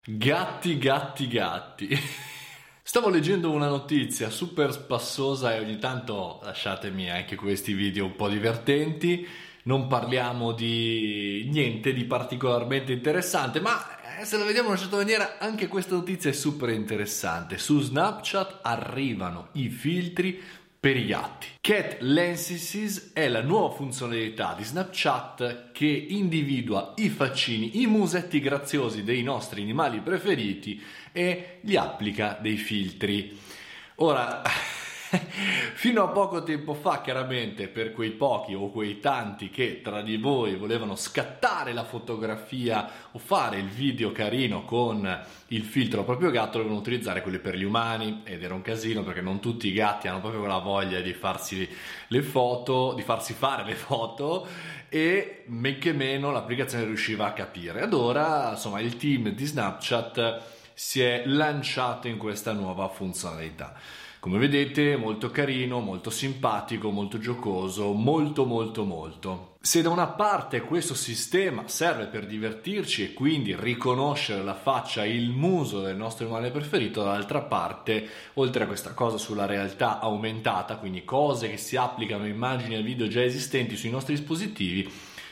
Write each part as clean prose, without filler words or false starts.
Gatti, gatti, gatti. Stavo leggendo una notizia super spassosa e ogni tanto lasciatemi anche questi video un po' divertenti. Non parliamo di niente di particolarmente interessante, ma se la vediamo in una certa maniera anche questa notizia è super interessante. Su Snapchat arrivano i filtri per i gatti. Cat Lenses è la nuova funzionalità di Snapchat che individua i faccini, i musetti graziosi dei nostri animali preferiti e gli applica dei filtri. Ora, fino a poco tempo fa, chiaramente, per quei pochi o quei tanti che tra di voi volevano scattare la fotografia o fare il video carino con il filtro al proprio gatto, dovevano utilizzare quelli per gli umani ed era un casino perché non tutti i gatti hanno proprio la voglia di farsi le foto, di farsi fare le foto, e men che meno l'applicazione riusciva a capire. Ed ora, insomma, il team di Snapchat si è lanciato in questa nuova funzionalità. Come vedete, molto carino, molto simpatico, molto giocoso, molto. Se da una parte questo sistema serve per divertirci e quindi riconoscere la faccia e il muso del nostro animale preferito, dall'altra parte, oltre a questa cosa sulla realtà aumentata, quindi cose che si applicano a immagini e video già esistenti sui nostri dispositivi,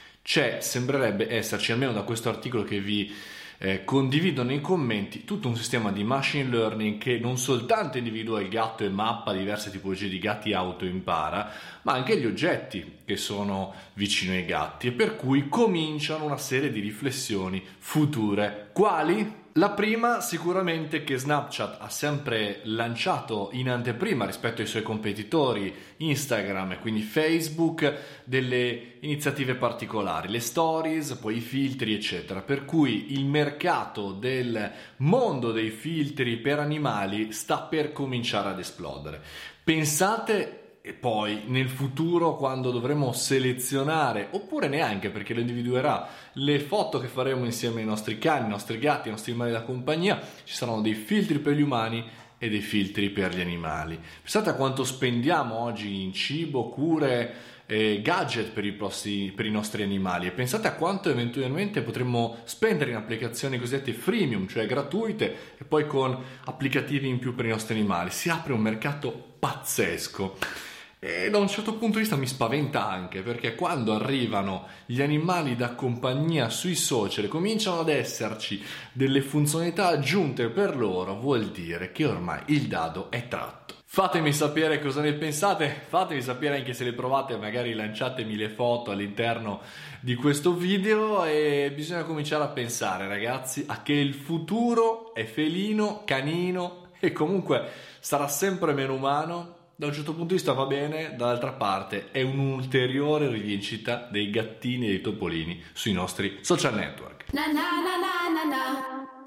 sembrerebbe esserci, almeno da questo articolo che vi condivido nei commenti, tutto un sistema di machine learning che non soltanto individua il gatto e mappa diverse tipologie di gatti, autoimpara, ma anche gli oggetti che sono vicino ai gatti, e per cui cominciano una serie di riflessioni future. Quali? La prima sicuramente che Snapchat ha sempre lanciato in anteprima rispetto ai suoi competitori Instagram e quindi Facebook delle iniziative particolari, le stories, poi i filtri eccetera, per cui il mercato del mondo dei filtri per animali sta per cominciare ad esplodere. Pensate. E poi nel futuro, quando dovremo selezionare, oppure neanche perché lo individuerà, le foto che faremo insieme ai nostri cani, ai nostri gatti, ai nostri animali da compagnia, ci saranno dei filtri per gli umani e dei filtri per gli animali. Pensate a quanto spendiamo oggi in cibo, cure e gadget per i nostri animali, e pensate a quanto eventualmente potremmo spendere in applicazioni cosiddette freemium, cioè gratuite, e poi con applicativi in più per i nostri animali. Si apre un mercato pazzesco. E da un certo punto di vista mi spaventa anche, perché quando arrivano gli animali da compagnia sui social e cominciano ad esserci delle funzionalità aggiunte per loro, vuol dire che ormai il dado è tratto. Fatemi sapere cosa ne pensate, fatemi sapere anche se le provate, magari lanciatemi le foto all'interno di questo video, e bisogna cominciare a pensare, ragazzi, a che il futuro è felino, canino e comunque sarà sempre meno umano. Da un certo punto di vista va bene, dall'altra parte è un'ulteriore rivincita dei gattini e dei topolini sui nostri social network. Na na na na na na.